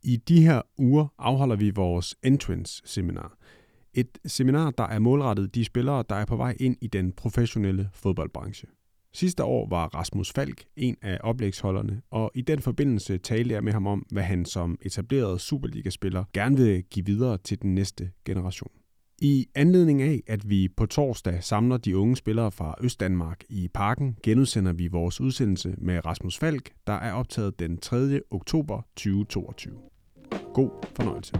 I de her uger afholder vi vores Entrance-seminar. Et seminar, der er målrettet de spillere, der er på vej ind i den professionelle fodboldbranche. Sidste år var Rasmus Falk en af oplægsholderne, og i den forbindelse talte jeg med ham om, hvad han som etableret Superliga-spiller gerne vil give videre til den næste generation. I anledning af, at vi på torsdag samler de unge spillere fra Østdanmark i Parken, genudsender vi vores udsendelse med Rasmus Falk, der er optaget den 3. oktober 2022. God fornøjelse.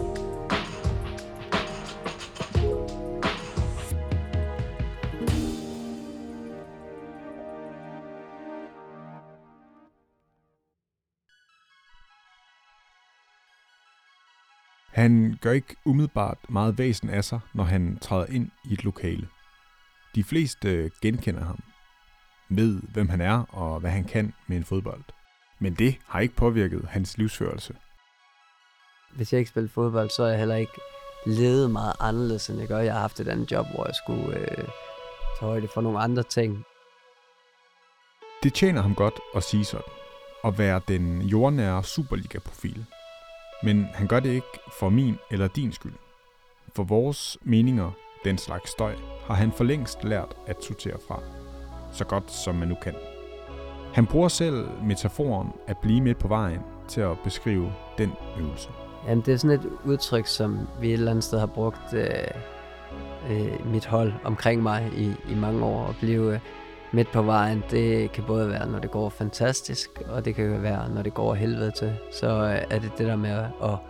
Han gør ikke umiddelbart meget væsen af sig, når han træder ind i et lokale. De fleste genkender ham, ved hvem han er og hvad han kan med en fodbold. Men det har ikke påvirket hans livsførelse. Hvis jeg ikke spillede fodbold, så har jeg heller ikke levet meget anderledes, end jeg gør. Jeg har haft et andet job, hvor jeg skulle tage højde for nogle andre ting. Det tjener ham godt at sige sådan, at være den jordnære Superliga-profil. Men han gør det ikke for min eller din skyld. For vores meninger, den slags støj, har han for længst lært at sortere fra. Så godt som man nu kan. Han bruger selv metaforen at blive midt på vejen til at beskrive den øvelse. Jamen, det er sådan et udtryk, som vi et eller andet sted har brugt mit hold omkring mig i mange år. At blive midt på vejen, det kan både være, når det går fantastisk, og det kan være, når det går helvede til. Så er det der med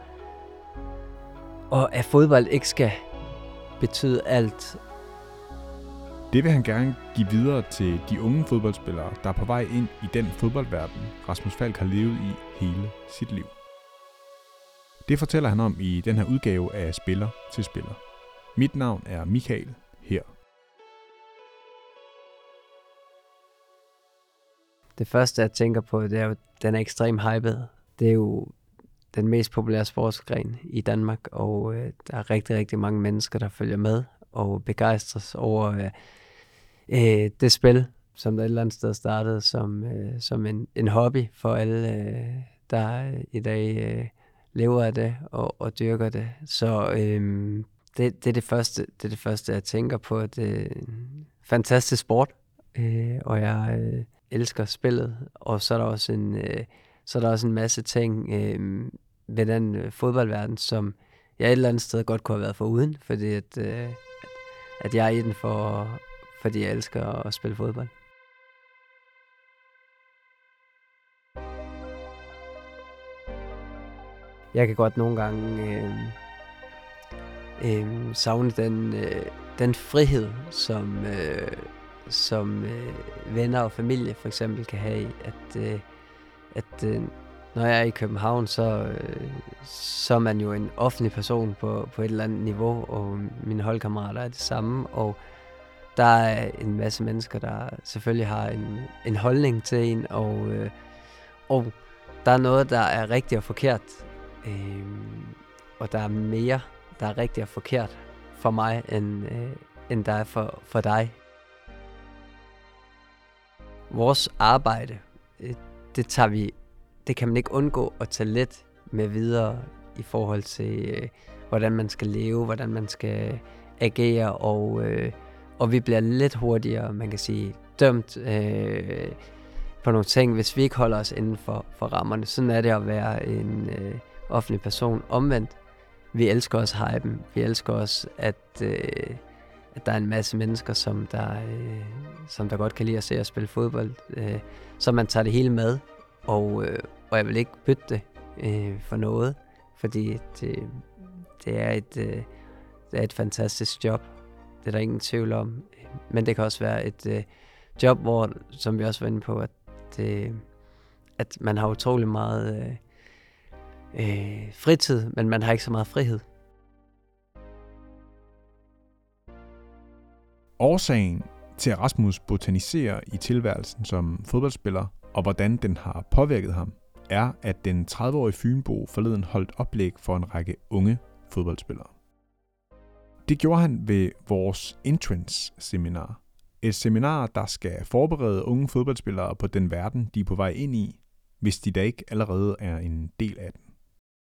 at fodbold ikke skal betyde alt. Det vil han gerne give videre til de unge fodboldspillere, der er på vej ind i den fodboldverden, Rasmus Falk har levet i hele sit liv. Det fortæller han om i den her udgave af Spiller til Spiller. Mit navn er Michael her. Det første, jeg tænker på, det er jo, den er ekstremt hyped. Det er jo den mest populære sportsgren i Danmark, og der er rigtig, rigtig mange mennesker, der følger med og begejstres over det spil, som der et eller andet sted startede som en hobby for alle, der i dag lever af det og dyrker det. Så det er det første, jeg tænker på. Det er en fantastisk sport, og jeg elsker spillet, og så er der også en masse ting ved den fodboldverden, som jeg et eller andet sted godt kunne have været foruden, fordi at jeg er i den fordi jeg elsker at spille fodbold. Jeg kan godt nogle gange savne den frihed, som venner og familie for eksempel kan have, at når jeg er i København, så er man jo en offentlig person på et eller andet niveau, og mine holdkammerater er det samme, og der er en masse mennesker, der selvfølgelig har en holdning til en, og der er noget, der er rigtigt og forkert, og der er mere, der er rigtigt og forkert for mig, end der er for dig. Vores arbejde, det kan man ikke undgå at tage let med videre i forhold til, hvordan man skal leve, hvordan man skal agere, og vi bliver lidt hurtigere, man kan sige, dømt på nogle ting, hvis vi ikke holder os inden for rammerne. Sådan er det at være en offentlig person. Omvendt, vi elsker også hypen. Vi elsker også, at der er en masse mennesker, som der godt kan lide at se at spille fodbold. Så man tager det hele med, og jeg vil ikke bytte det for noget, fordi det er et fantastisk job. Det er der ingen tvivl om. Men det kan også være et job, hvor, som vi også var inde på, at man har utrolig meget fritid, men man har ikke så meget frihed. Årsagen til at Rasmus botaniserer i tilværelsen som fodboldspiller, og hvordan den har påvirket ham, er, at den 30-årige Fynbo forleden holdt oplæg for en række unge fodboldspillere. Det gjorde han ved vores Entrance-seminar. Et seminar, der skal forberede unge fodboldspillere på den verden, de er på vej ind i, hvis de da ikke allerede er en del af den.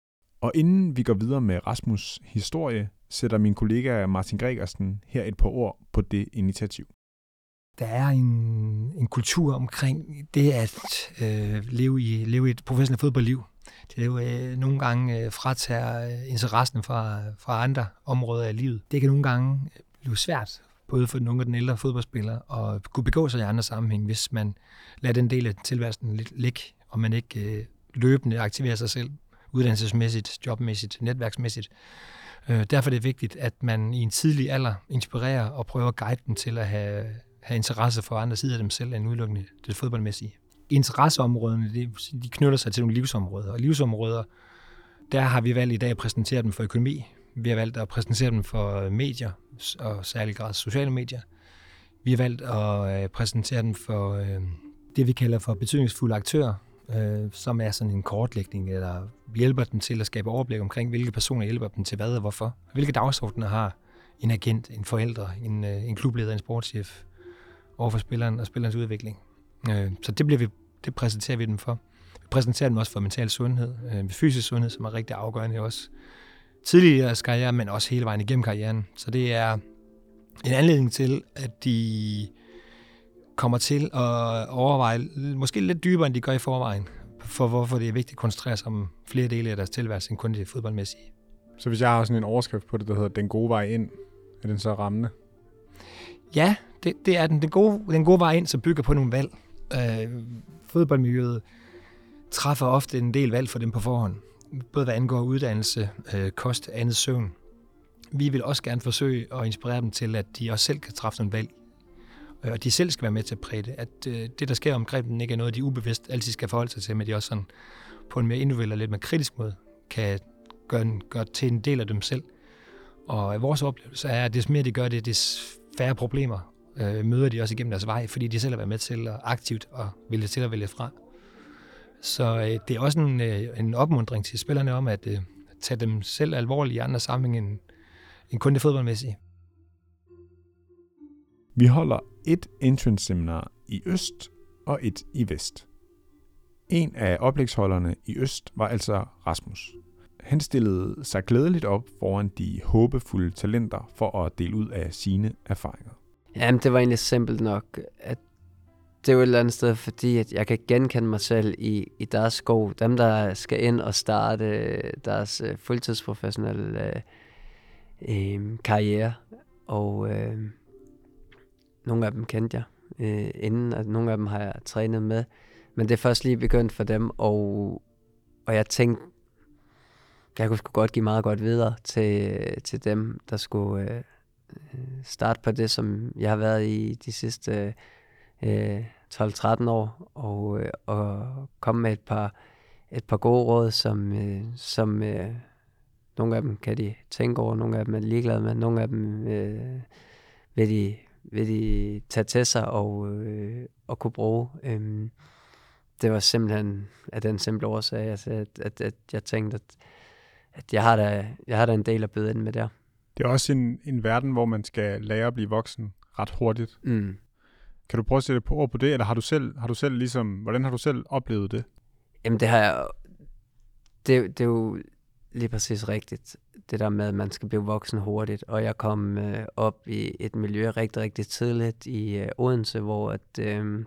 Og inden vi går videre med Rasmus' historie, sætter min kollega Martin Gregersen her et par ord på det initiativ. Der er en kultur omkring det at leve i et professionelt fodboldliv. Det er jo nogle gange fratager interessen fra andre områder af livet. Det kan nogle gange blive svært, både for den unge og den ældre fodboldspiller, at kunne begå sig i andre sammenhæng, hvis man lader den del af tilværelsen lidt ligge, og man ikke løbende aktiverer sig selv uddannelsesmæssigt, jobmæssigt, netværksmæssigt. Derfor er det vigtigt, at man i en tidlig alder inspirerer og prøver at guide dem til at have interesse for andre sider af dem selv, end udelukkende det fodboldmæssige. Interesseområderne, de knytter sig til nogle livsområder, og livsområder, der har vi valgt i dag at præsentere dem for økonomi. Vi har valgt at præsentere dem for medier, og særlig grad sociale medier. Vi har valgt at præsentere dem for det, vi kalder for betydningsfulde aktører, som er sådan en kortlægning, eller hjælper dem til at skabe overblik omkring, hvilke personer hjælper dem til hvad og hvorfor. Hvilke dagsordener har en agent, en forælder, en klubleder, en sportschef overfor spilleren og spillerens udvikling. Så det præsenterer vi dem for. Vi præsenterer dem også for mental sundhed, fysisk sundhed, som er rigtig afgørende også tidligere i deres karriere, men også hele vejen igennem karrieren. Så det er en anledning til, at de kommer til at overveje, måske lidt dybere, end de gør i forvejen, for hvorfor det er vigtigt at koncentrere sig om flere dele af deres tilværelse, end kun det fodboldmæssige. Så hvis jeg har sådan en overskrift på det, der hedder Den gode vej ind, er den så rammende? Ja, det er den. Den gode vej ind, som bygger på nogle valg. Fodboldmiljøet træffer ofte en del valg for dem på forhånd. Både hvad angår uddannelse, kost, andet søvn. Vi vil også gerne forsøge at inspirere dem til, at de også selv kan træffe nogle valg. Og de selv skal være med til at præge det. At det, der sker omkring dem, ikke er noget, de ubevidst altid skal forholde sig til, men de også sådan på en mere individuel og lidt mere kritisk måde kan gøre til en del af dem selv. Og vores oplevelse er, at des mere de gør det, des færre problemer møder de også igennem deres vej, fordi de selv har været med til at aktivt og vælge til at vælge fra. Så det er også en opmuntring til spillerne om at tage dem selv alvorligt i andre sammenhæng end kun det fodboldmæssige. Vi holder et entrance-seminar i øst og et i vest. En af oplægsholderne i øst var altså Rasmus. Han stillede sig glædeligt op foran de håbefulde talenter for at dele ud af sine erfaringer. Jamen, det var egentlig simpelt nok, at det er jo et eller andet sted, fordi at jeg kan genkende mig selv i deres sko. Dem, der skal ind og starte deres fuldtidsprofessionelle karriere. Og nogle af dem kendte jeg inden, og nogle af dem har jeg trænet med. Men det er først lige begyndt for dem, og jeg tænkte, jeg kunne sgu godt give meget godt videre til dem, der skulle starte på det, som jeg har været i de sidste 12-13 år, og komme med et par gode råd, som nogle af dem kan de tænke over, nogle af dem er ligeglade med, nogle af dem vil de tage til sig og kunne bruge. Det var simpelthen af den simple årsag, at jeg tænkte, at jeg har da en del at byde ind med der. Det er også en verden, hvor man skal lære at blive voksen ret hurtigt. Mm. Kan du prøve at sætte på ord på det, eller har du selv ligesom, hvordan har du selv oplevet det? Jamen det har jeg, det er jo lige præcis rigtigt, det der med, at man skal blive voksen hurtigt, og jeg kom op i et miljø rigtig, rigtig tidligt i Odense, hvor at,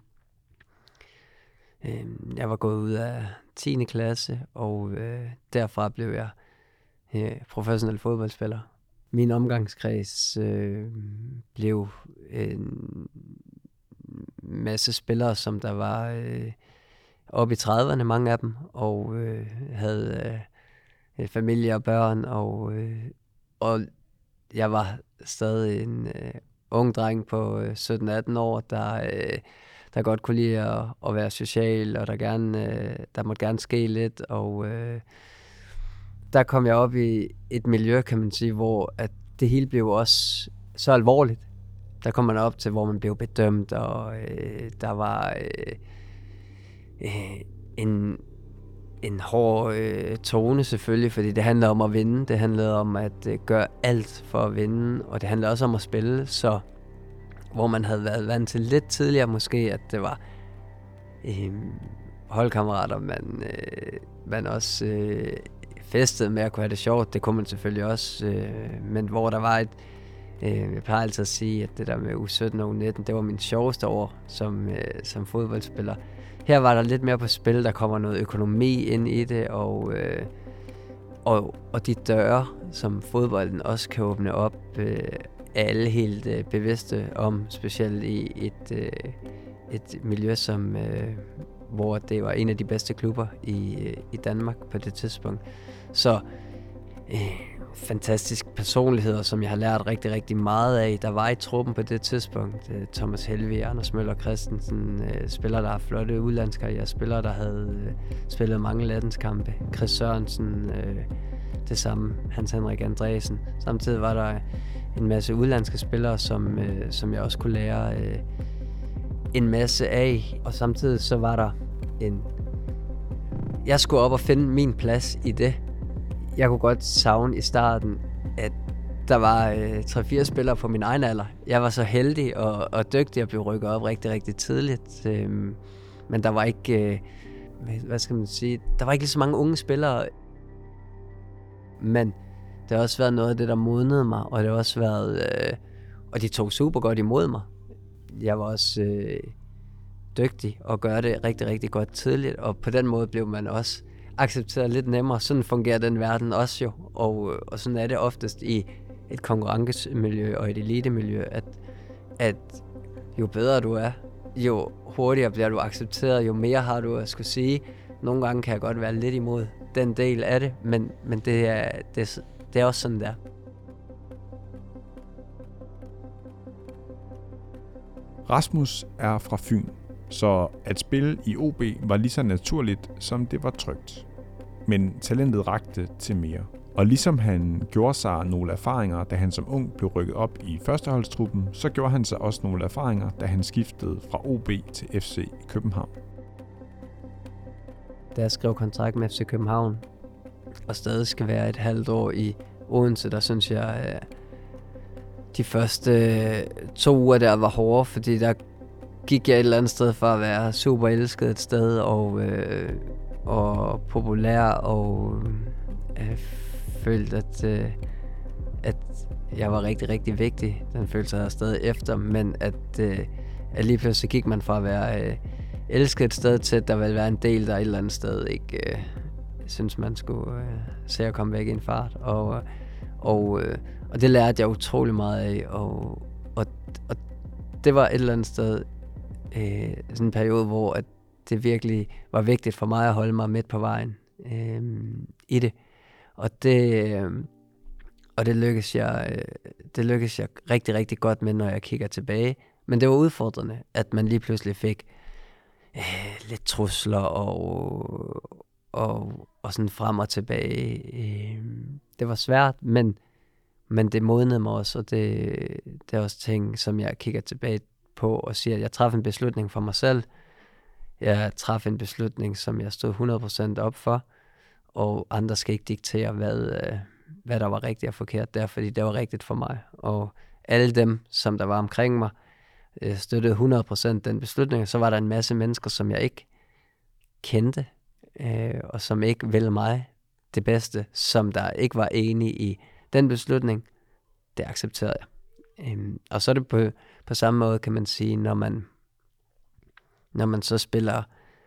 jeg var gået ud af 10. klasse, og derfra blev jeg professionel fodboldspiller. Min omgangskreds blev en masse spillere, som der var oppe i 30'erne, mange af dem, og havde familie og børn, og jeg var stadig en ung dreng på 17-18 år, der godt kunne lide at være social, og der måtte gerne ske lidt, og der kom jeg op i et miljø, kan man sige, hvor at det hele blev også så alvorligt. Der kom man op til, hvor man blev bedømt, og der var en hård tone selvfølgelig, fordi det handlede om at vinde. Det handlede om at gøre alt for at vinde, og det handlede også om at spille, så hvor man havde været vant til lidt tidligere måske, at det var holdkammerater, man også festede med at kunne have det sjovt, det kunne man selvfølgelig også, men hvor der var jeg plejer altid at sige, at det der med U17 og U19, det var min sjoveste år som fodboldspiller. Her var der lidt mere på spil, der kommer noget økonomi ind i det, og de døre, som fodbolden også kan åbne op, er alle helt bevidste om, specielt i et miljø, hvor det var en af de bedste klubber i Danmark på det tidspunkt. Så fantastiske personligheder, som jeg har lært rigtig, rigtig meget af. Der var i truppen på det tidspunkt Thomas Helvig, Anders Møller Christensen, spillere, der har flotte udlandskarriere, spillere, der havde spillet mange landskampe, Chris Sørensen, det samme, Hans Henrik Andresen. Samtidig var der en masse udlandske spillere, som jeg også kunne lære en masse af, og samtidig så var der jeg skulle op og finde min plads i det. Jeg kunne godt savne i starten, at der var 3-4 spillere på min egen alder. Jeg var så heldig og dygtig at blive rykket op rigtig, rigtig tidligt. Men der var ikke, hvad skal man sige, der var ikke lige så mange unge spillere. Men det har også været noget af det, der modnede mig, og det har også været, og de tog super godt imod mig. Jeg var også dygtig og gøre det rigtig, rigtig godt tidligt, og på den måde blev man også accepteret lidt nemmere. Sådan fungerer den verden også jo, og sådan er det oftest i et konkurrencemiljø og et elitemiljø, at jo bedre du er, jo hurtigere bliver du accepteret, jo mere har du at skulle sige. Nogle gange kan jeg godt være lidt imod den del af det, men det er også sådan der. Rasmus er fra Fyn, så at spille i OB var lige så naturligt, som det var trygt. Men talentet rakte til mere. Og ligesom han gjorde sig nogle erfaringer, da han som ung blev rykket op i førsteholdstruppen, så gjorde han sig også nogle erfaringer, da han skiftede fra OB til FC København. Da jeg skrev kontrakt med FC København, og stadig skal være et halvt år i Odense, der synes jeg, de første 2 uger der var hårde, fordi der gik jeg et eller andet sted for at være super elsket et sted, og populær, og følte, at jeg var rigtig, rigtig vigtig. Den følelse havde jeg stadig efter, men at lige pludselig gik man fra at være elsket et sted til, at der ville være en del, der et eller andet sted ikke synes, man skulle se at komme væk i en fart. Og det lærte jeg utrolig meget af, og det var et eller andet sted sådan en periode, hvor at det virkelig var vigtigt for mig at holde mig midt på vejen i det. Og det lykkedes jeg rigtig, rigtig godt med, når jeg kigger tilbage. Men det var udfordrende, at man lige pludselig fik lidt trusler og sådan frem og tilbage. Det var svært, men det modnede mig også, og det er også ting, som jeg kigger tilbage på og siger, at jeg træffede en beslutning for mig selv. Jeg træffede en beslutning, som jeg stod 100% op for, og andre skal ikke diktere, hvad der var rigtigt og forkert der, fordi det var rigtigt for mig. Og alle dem, som der var omkring mig, støttede 100% den beslutning, så var der en masse mennesker, som jeg ikke kendte, og som ikke ville mig det bedste, som der ikke var enige i den beslutning. Det accepterede jeg. Og så er det på samme måde, kan man sige, når man så spiller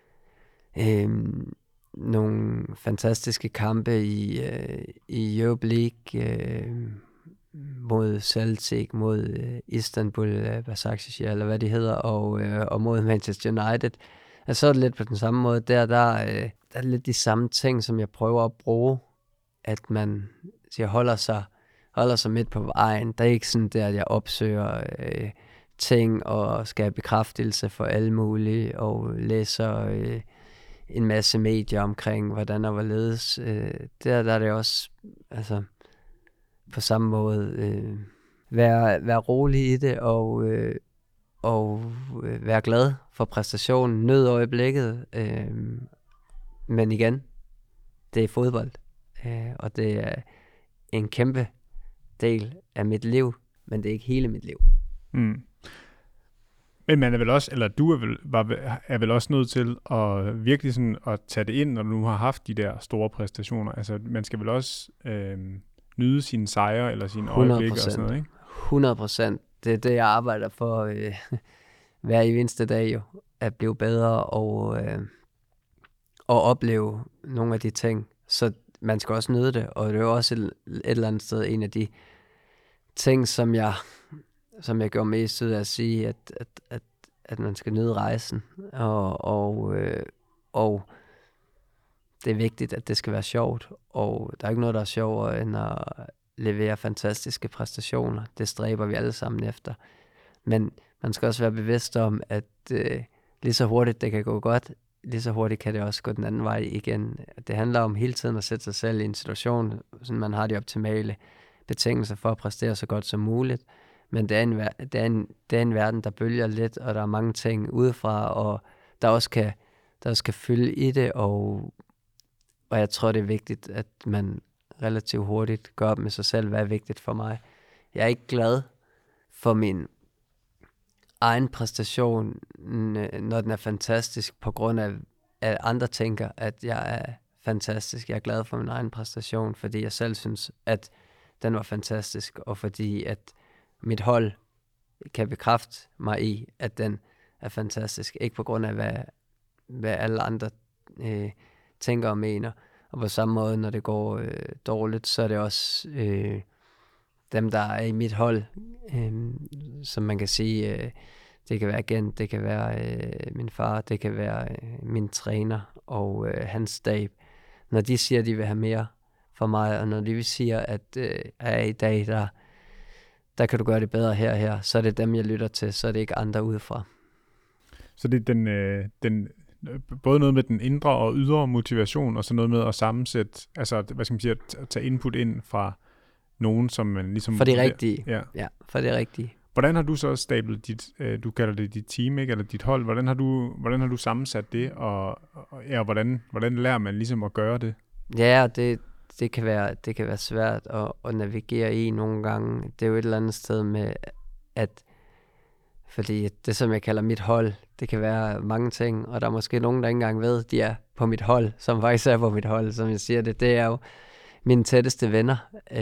nogle fantastiske kampe i Europa League mod Celtic, mod Istanbul, Başakşehir, eller hvad de hedder, og mod Manchester United. Og så er det lidt på den samme måde. Der er lidt de samme ting, som jeg prøver at bruge, at man holder sig midt på vejen. Der er ikke sådan der, at jeg opsøger ting og skal have bekræftelse for alle mulige, og læser en masse medier omkring, hvordan og hvorledes. Der er det også på samme måde være rolig i det, og være glad for præstationen, nød øjeblikket. Men igen, det er fodbold, og det er en kæmpe del af mit liv, men det er ikke hele mit liv. Mm. Men man er vel også, eller du er vel også nødt til at virkelig sådan at tage det ind, når du nu har haft de der store præstationer. Altså, man skal vel også nyde sine sejre eller sine øjeblikke og sådan noget, ikke? 100%. Det er det, jeg arbejder for hver eneste dag jo. At blive bedre og opleve nogle af de ting. Så man skal også nyde det, og det er jo også et eller andet sted en af de ting, som jeg gjorde mest ud af at sige, at man skal nyde rejsen, og det er vigtigt, at det skal være sjovt, og der er ikke noget, der er sjovere end at levere fantastiske præstationer. Det stræber vi alle sammen efter. Men man skal også være bevidst om, at lige så hurtigt det kan gå godt, lige så hurtigt kan det også gå den anden vej igen. Det handler om hele tiden at sætte sig selv i en situation, så man har de optimale betingelser for at præstere så godt som muligt. Men det er en verden, der bølger lidt, og der er mange ting udefra, og der også kan fylde i det, og jeg tror, det er vigtigt, at man relativt hurtigt gør op med sig selv, hvad er vigtigt for mig. Jeg er ikke glad for min egen præstation, når den er fantastisk, på grund af, at andre tænker, at jeg er fantastisk. Jeg er glad for min egen præstation, fordi jeg selv synes, at den var fantastisk, og fordi at mit hold kan bekræfte mig i, at den er fantastisk. Ikke på grund af, hvad alle andre tænker og mener. Og på samme måde, når det går dårligt, så er det også dem, der er i mit hold, som man kan sige, det kan være agent, det kan være min far, det kan være min træner og hans stab. Når de siger, at de vil have mere for mig, og når de siger, at i dag, der kan du gøre det bedre her, så er det dem, jeg lytter til, så er det ikke andre udefra. Så det er den både noget med den indre og ydre motivation, og så noget med at sammensætte, altså, hvad skal man sige, at tage input ind fra nogen, som man ligesom... For det rigtige. Ja, for det rigtige. Hvordan har du så stablet dit, du kalder det dit team, ikke? Eller dit hold, hvordan har du sammensat det, og hvordan lærer man ligesom at gøre det? Ja, det kan være svært at navigere i nogle gange. Det er jo et eller andet sted med, at fordi det, som jeg kalder mit hold, det kan være mange ting, og der er måske nogen, der ikke engang ved, de er på mit hold, som faktisk er på mit hold, som jeg siger det. Det er jo mine tætteste venner,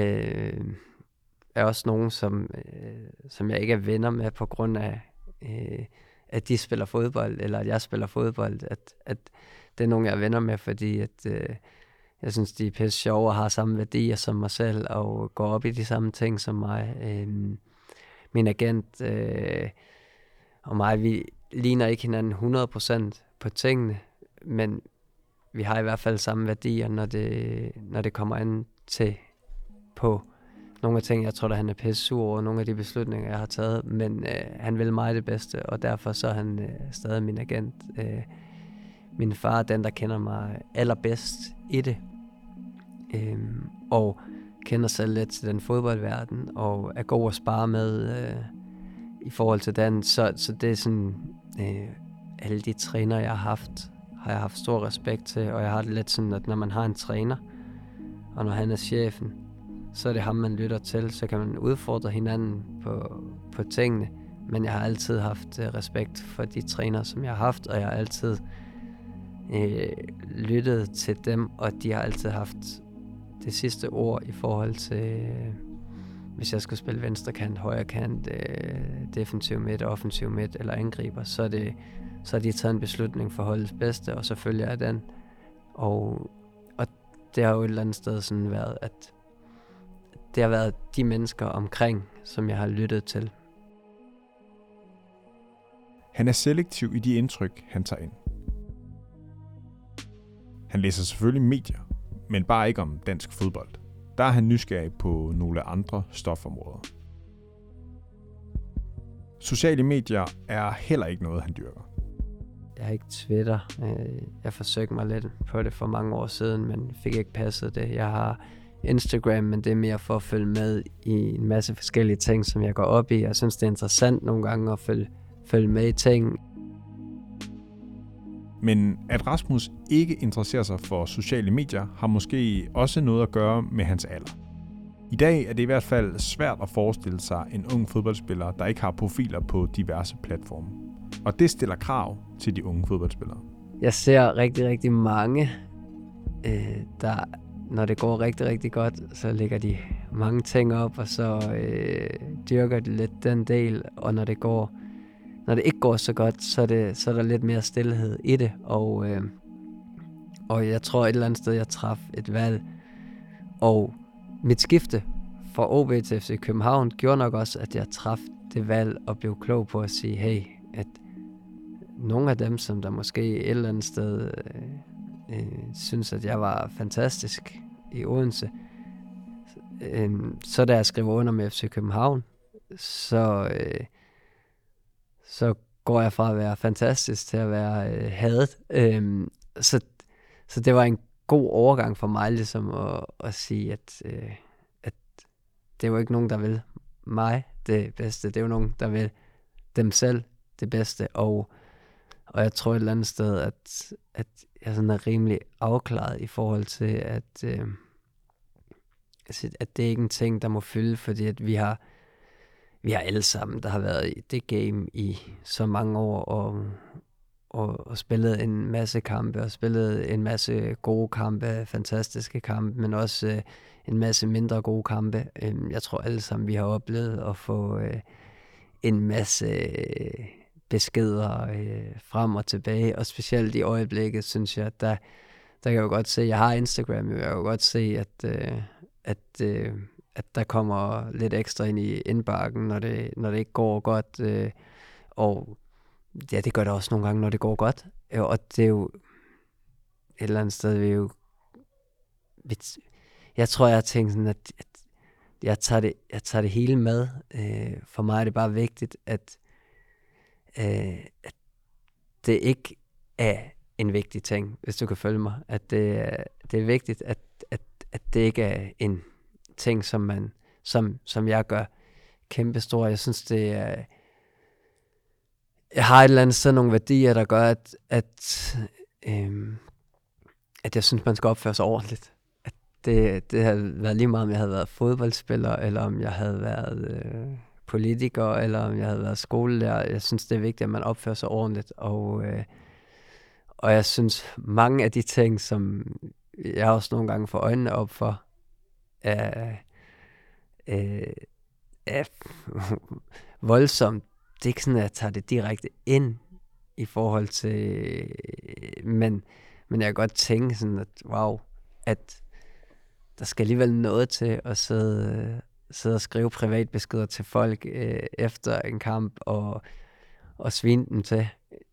er også nogen, som jeg ikke er venner med, på grund af, at de spiller fodbold, eller at jeg spiller fodbold. At det er nogen, jeg er venner med, fordi at, jeg synes, de er pisse sjove og har samme værdier som mig selv, og går op i de samme ting som mig. Min agent og mig, vi ligner ikke hinanden 100% på tingene, men vi har i hvert fald samme værdier, når det kommer an til på nogle af ting. Jeg tror, at han er pisse sur over nogle af de beslutninger, jeg har taget, men han vil mig det bedste, og derfor så er han stadig min agent. Min far er den, der kender mig allerbedst i det, og kender selv lidt til den fodboldverden, og er god at spare med i forhold til den. Så det er sådan, alle de træner, jeg har jeg haft stor respekt til, og jeg har det lidt sådan, at når man har en træner, og når han er chefen, så er det ham, man lytter til, så kan man udfordre hinanden på tingene, men jeg har altid haft respekt for de træner, som jeg har haft, og jeg har altid lyttet til dem, og de har altid haft det sidste ord i forhold til, hvis jeg skulle spille venstrekant, højrekant, defensiv midt, offensiv midt eller angriber, så har de taget en beslutning for holdets bedste, og så følger jeg den. Og det har jo et eller andet sted sådan været, at det har været de mennesker omkring, som jeg har lyttet til. Han er selektiv i de indtryk, han tager ind. Han læser selvfølgelig medier, men bare ikke om dansk fodbold. Der er han nysgerrig på nogle andre stofområder. Sociale medier er heller ikke noget, han dyrker. Jeg har ikke Twitter. Jeg forsøgte mig lidt på det for mange år siden, men fik ikke passet det. Jeg har Instagram, men det er mere for at følge med i en masse forskellige ting, som jeg går op i. Jeg synes, det er interessant nogle gange at følge med i ting. Men at Rasmus ikke interesserer sig for sociale medier, har måske også noget at gøre med hans alder. I dag er det i hvert fald svært at forestille sig en ung fodboldspiller, der ikke har profiler på diverse platforme. Og det stiller krav til de unge fodboldspillere. Jeg ser rigtig, rigtig mange, der, når det går rigtig, rigtig godt, så lægger de mange ting op, og så dyrker de lidt den del, og når det ikke går så godt, så er der lidt mere stillhed i det, og jeg tror et eller andet sted, jeg traf et valg, og mit skifte fra OB til FC København gjorde nok også, at jeg traf det valg og blev klog på at sige, hey, at nogle af dem, som der måske et eller andet sted synes, at jeg var fantastisk i Odense, så da jeg skriver under med FC København, så går jeg fra at være fantastisk til at være hadet. Så det var en god overgang for mig ligesom at sige, at det var ikke nogen, der vil mig det bedste. Det er jo nogen, der vil dem selv det bedste. Og jeg tror et eller andet sted, at jeg sådan er rimelig afklaret i forhold til, at det er ikke en ting, der må fylde, fordi at vi har alle sammen, der har været i det game i så mange år, og spillet en masse kampe, og spillet en masse gode kampe, fantastiske kampe, men også en masse mindre gode kampe. Jeg tror alle sammen, vi har oplevet at få en masse beskeder frem og tilbage, og specielt i øjeblikket, synes jeg, der kan jeg jo godt se, jeg har Instagram, jeg kan jo godt se, at der kommer lidt ekstra ind i indbakken, når det ikke går godt, og ja, det gør det også nogle gange, når det går godt, og det er jo et eller andet sted, jeg tror, jeg har tænkt sådan, at jeg tager det hele med. For mig er det bare vigtigt, at det ikke er en vigtig ting, hvis du kan følge mig. At det er vigtigt, at det ikke er en ting, som jeg gør kæmpestor. Jeg synes, det er... Jeg har et eller andet sted nogle værdier, der gør, at jeg synes, man skal opføre sig ordentligt. At det havde været lige meget, om jeg havde været fodboldspiller, eller om jeg havde været politiker, eller om jeg havde været skolelærer. Jeg synes, det er vigtigt, at man opfører sig ordentligt. Og jeg synes, mange af de ting, som jeg også nogle gange får øjnene op for, er voldsomt. Det er ikke sådan, at jeg tager det direkte ind i forhold til... Men jeg kan godt tænke sådan, at wow, at der skal alligevel noget til at sidde og skrive privatbeskeder til folk efter en kamp og svine dem til.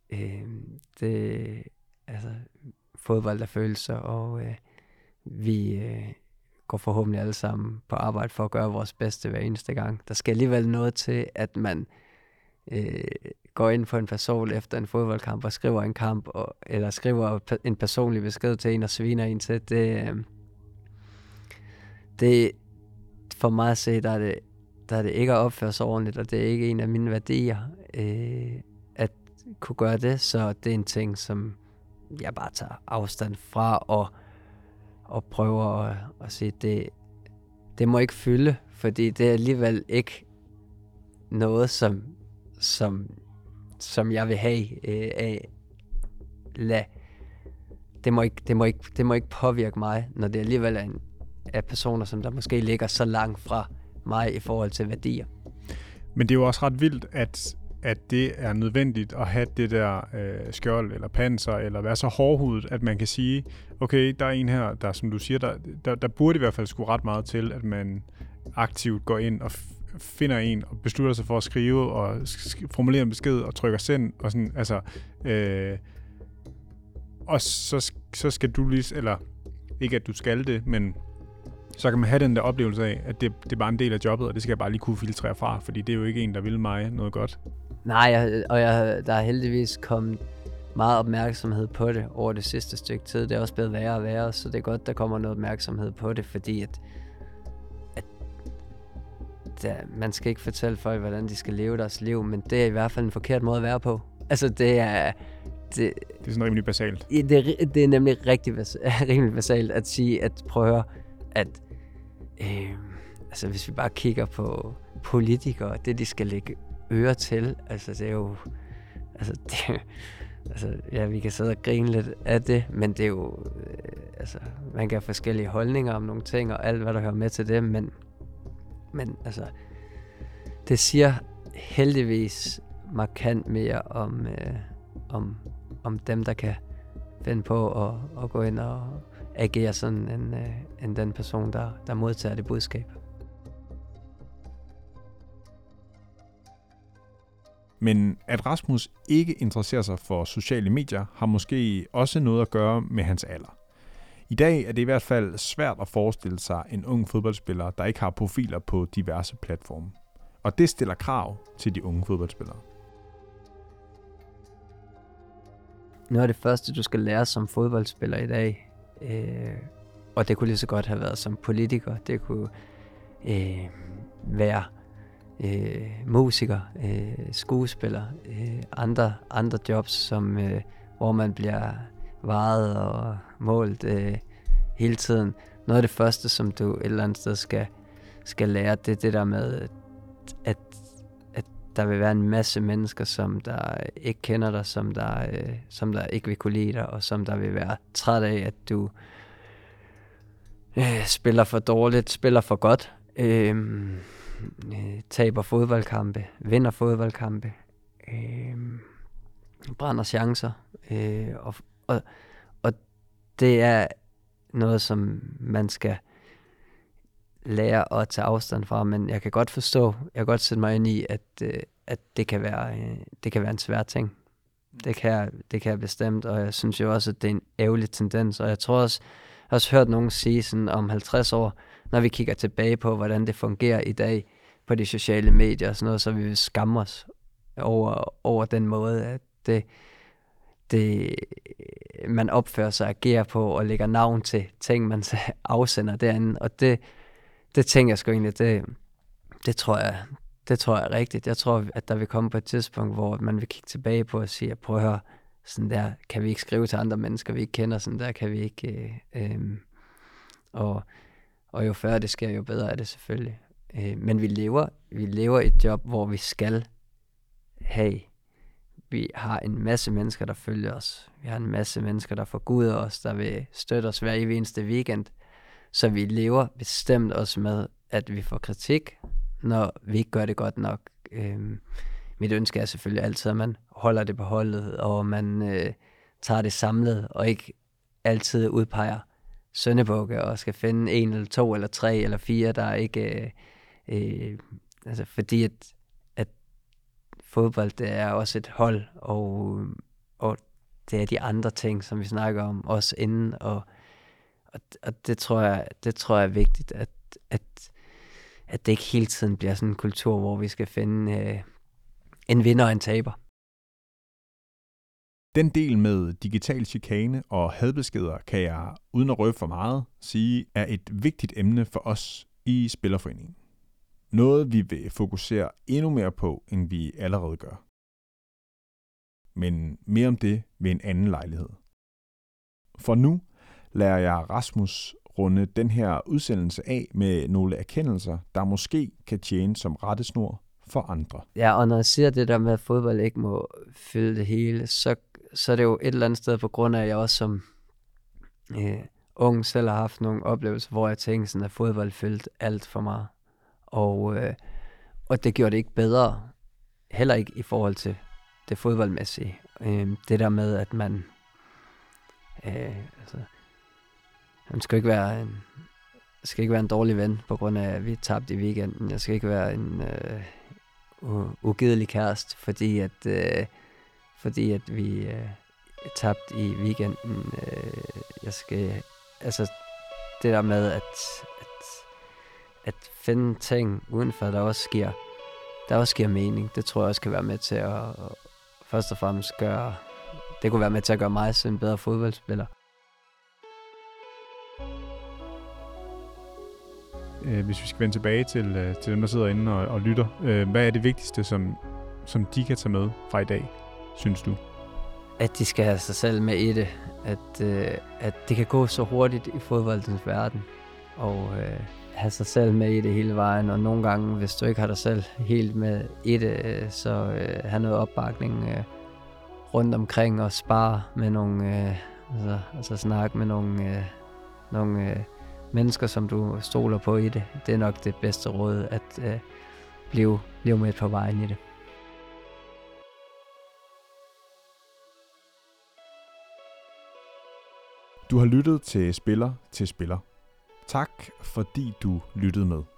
Fodbold er følelser, og vi går forhåbentlig alle sammen på arbejde for at gøre vores bedste hver eneste gang. Der skal alligevel noget til, at man går ind på en person efter en fodboldkamp og skriver en kamp, eller skriver en personlig besked til en og sviner en til. Det for mig at se, der er det ikke at opføre sig ordentligt, og det er ikke en af mine værdier at kunne gøre det, så det er en ting, som jeg bare tager afstand fra og prøver at sige, det må ikke fylde, fordi det er alligevel ikke noget, som jeg vil have af. Det må ikke påvirke mig, når det alligevel er af personer, som der måske ligger så langt fra mig i forhold til værdier. Men det er jo også ret vildt, at det er nødvendigt at have det der skjold eller panser, eller være så hårdhudet, at man kan sige, okay, der er en her, der som du siger, der burde i hvert fald skulle ret meget til, at man aktivt går ind og finder en og beslutter sig for at skrive og formulere en besked og trykker send og sådan, altså og så skal du lige, eller ikke at du skal det, men så kan man have den der oplevelse af, at det er bare en del af jobbet, og det skal jeg bare lige kunne filtrere fra, fordi det er jo ikke en, der vil mig noget godt. Nej, der er heldigvis kommet meget opmærksomhed på det over det sidste stykke tid. Det er også blevet værre og værre, så det er godt, der kommer noget opmærksomhed på det, fordi at man skal ikke fortælle folk, hvordan de skal leve deres liv, men det er i hvert fald en forkert måde at være på. Altså, det er sådan rimelig basalt. Det er nemlig rimelig basalt at sige, at prøve at høre, at altså hvis vi bare kigger på politikere, det de skal lægge øre til, altså det er jo vi kan sidde og grine lidt af det, men det er jo, man kan have forskellige holdninger om nogle ting, og alt, hvad der hører med til det, men det siger heldigvis markant mere om dem, der kan finde på at gå ind og agere sådan, end den person, der modtager det budskab. Men at Rasmus ikke interesserer sig for sociale medier, har måske også noget at gøre med hans alder. I dag er det i hvert fald svært at forestille sig en ung fodboldspiller, der ikke har profiler på diverse platforme. Og det stiller krav til de unge fodboldspillere. Noget af det første, du skal lære som fodboldspiller i dag, og det kunne lige så godt have været som politiker, det kunne være musiker, skuespiller, andre jobs, hvor man bliver vejet og målt hele tiden. Noget af det første, som du et eller andet sted skal lære, det er det der med, at der vil være en masse mennesker, som der ikke kender dig, som der ikke vil kunne lide dig, og som der vil være træt af, at du spiller for dårligt, spiller for godt, taber fodboldkampe, vinder fodboldkampe, brænder chancer, og det er noget, som man skal lære at tage afstand fra, men jeg kan godt forstå, jeg kan godt sætte mig ind i, at det kan være en svær ting. Det kan jeg bestemt, og jeg synes jo også, at det er en ærgerlig tendens, og jeg tror også, jeg har også hørt nogen sige sådan om 50 år, når vi kigger tilbage på, hvordan det fungerer i dag på de sociale medier og sådan noget, så vi vil skamme os over den måde, at det man opfører sig og agerer på og lægger navn til ting, man afsender derinde, og det tænker jeg sgu egentlig, det tror jeg er rigtigt. Jeg tror, at der vil komme på et tidspunkt, hvor man vil kigge tilbage på og sige, prøv at høre, sådan der kan vi ikke skrive til andre mennesker, vi ikke kender, sådan der kan vi ikke, og jo før det sker, jo bedre er det selvfølgelig. Men vi lever i et job, hvor vi skal have, vi har en masse mennesker, der følger os. Vi har en masse mennesker, der forguder os, der vil støtte os hver eneste weekend. Så vi lever bestemt også med, at vi får kritik, når vi ikke gør det godt nok. Mit ønske er selvfølgelig altid, at man holder det på holdet, og man tager det samlet, og ikke altid udpeger syndebukke, og skal finde 1 eller 2 eller 3 eller 4, der ikke... fordi at fodbold, det er også et hold, og det er de andre ting, som vi snakker om, også inden, og det tror jeg er vigtigt, at det ikke hele tiden bliver sådan en kultur, hvor vi skal finde en vinder og en taber. Den del med digital chikane og hadbeskeder kan jeg, uden at røbe for meget, sige er et vigtigt emne for os i Spillerforeningen. Noget vi vil fokusere endnu mere på, end vi allerede gør. Men mere om det ved en anden lejlighed. For nu lader jeg Rasmus runde den her udsendelse af med nogle erkendelser, der måske kan tjene som rettesnor for andre. Ja, og når jeg siger det der med, at fodbold ikke må fylde det hele, så er det jo et eller andet sted på grund af, at jeg også som ung selv har haft nogle oplevelser, hvor jeg tænkte sådan, at fodbold fyldte alt for meget. Og det gjorde det ikke bedre, heller ikke i forhold til det fodboldmæssige. Det der med, at man skal ikke være en dårlig ven, på grund af, at vi tabte i weekenden. Jeg skal ikke være en ugidelig kæreste, fordi at vi tabte i weekenden. Det der med at finde ting udenfor, der også giver mening, det tror jeg også kan være med til at først og fremmest det kunne være med til at gøre mig til en bedre fodboldspiller. Hvis vi skal vende tilbage til dem, der sidder inde og lytter, hvad er det vigtigste, som de kan tage med fra i dag, synes du? At de skal have sig selv med i det. At det kan gå så hurtigt i fodboldens verden. Og have sig selv med i det hele vejen. Og nogle gange, hvis du ikke har dig selv helt med i det, så have noget opbakning rundt omkring og spare med nogle, altså snakke med nogle mennesker, som du stoler på i det. Det er nok det bedste råd, at blive med på vejen i det. Du har lyttet til Spiller til Spiller. Tak fordi du lyttede med.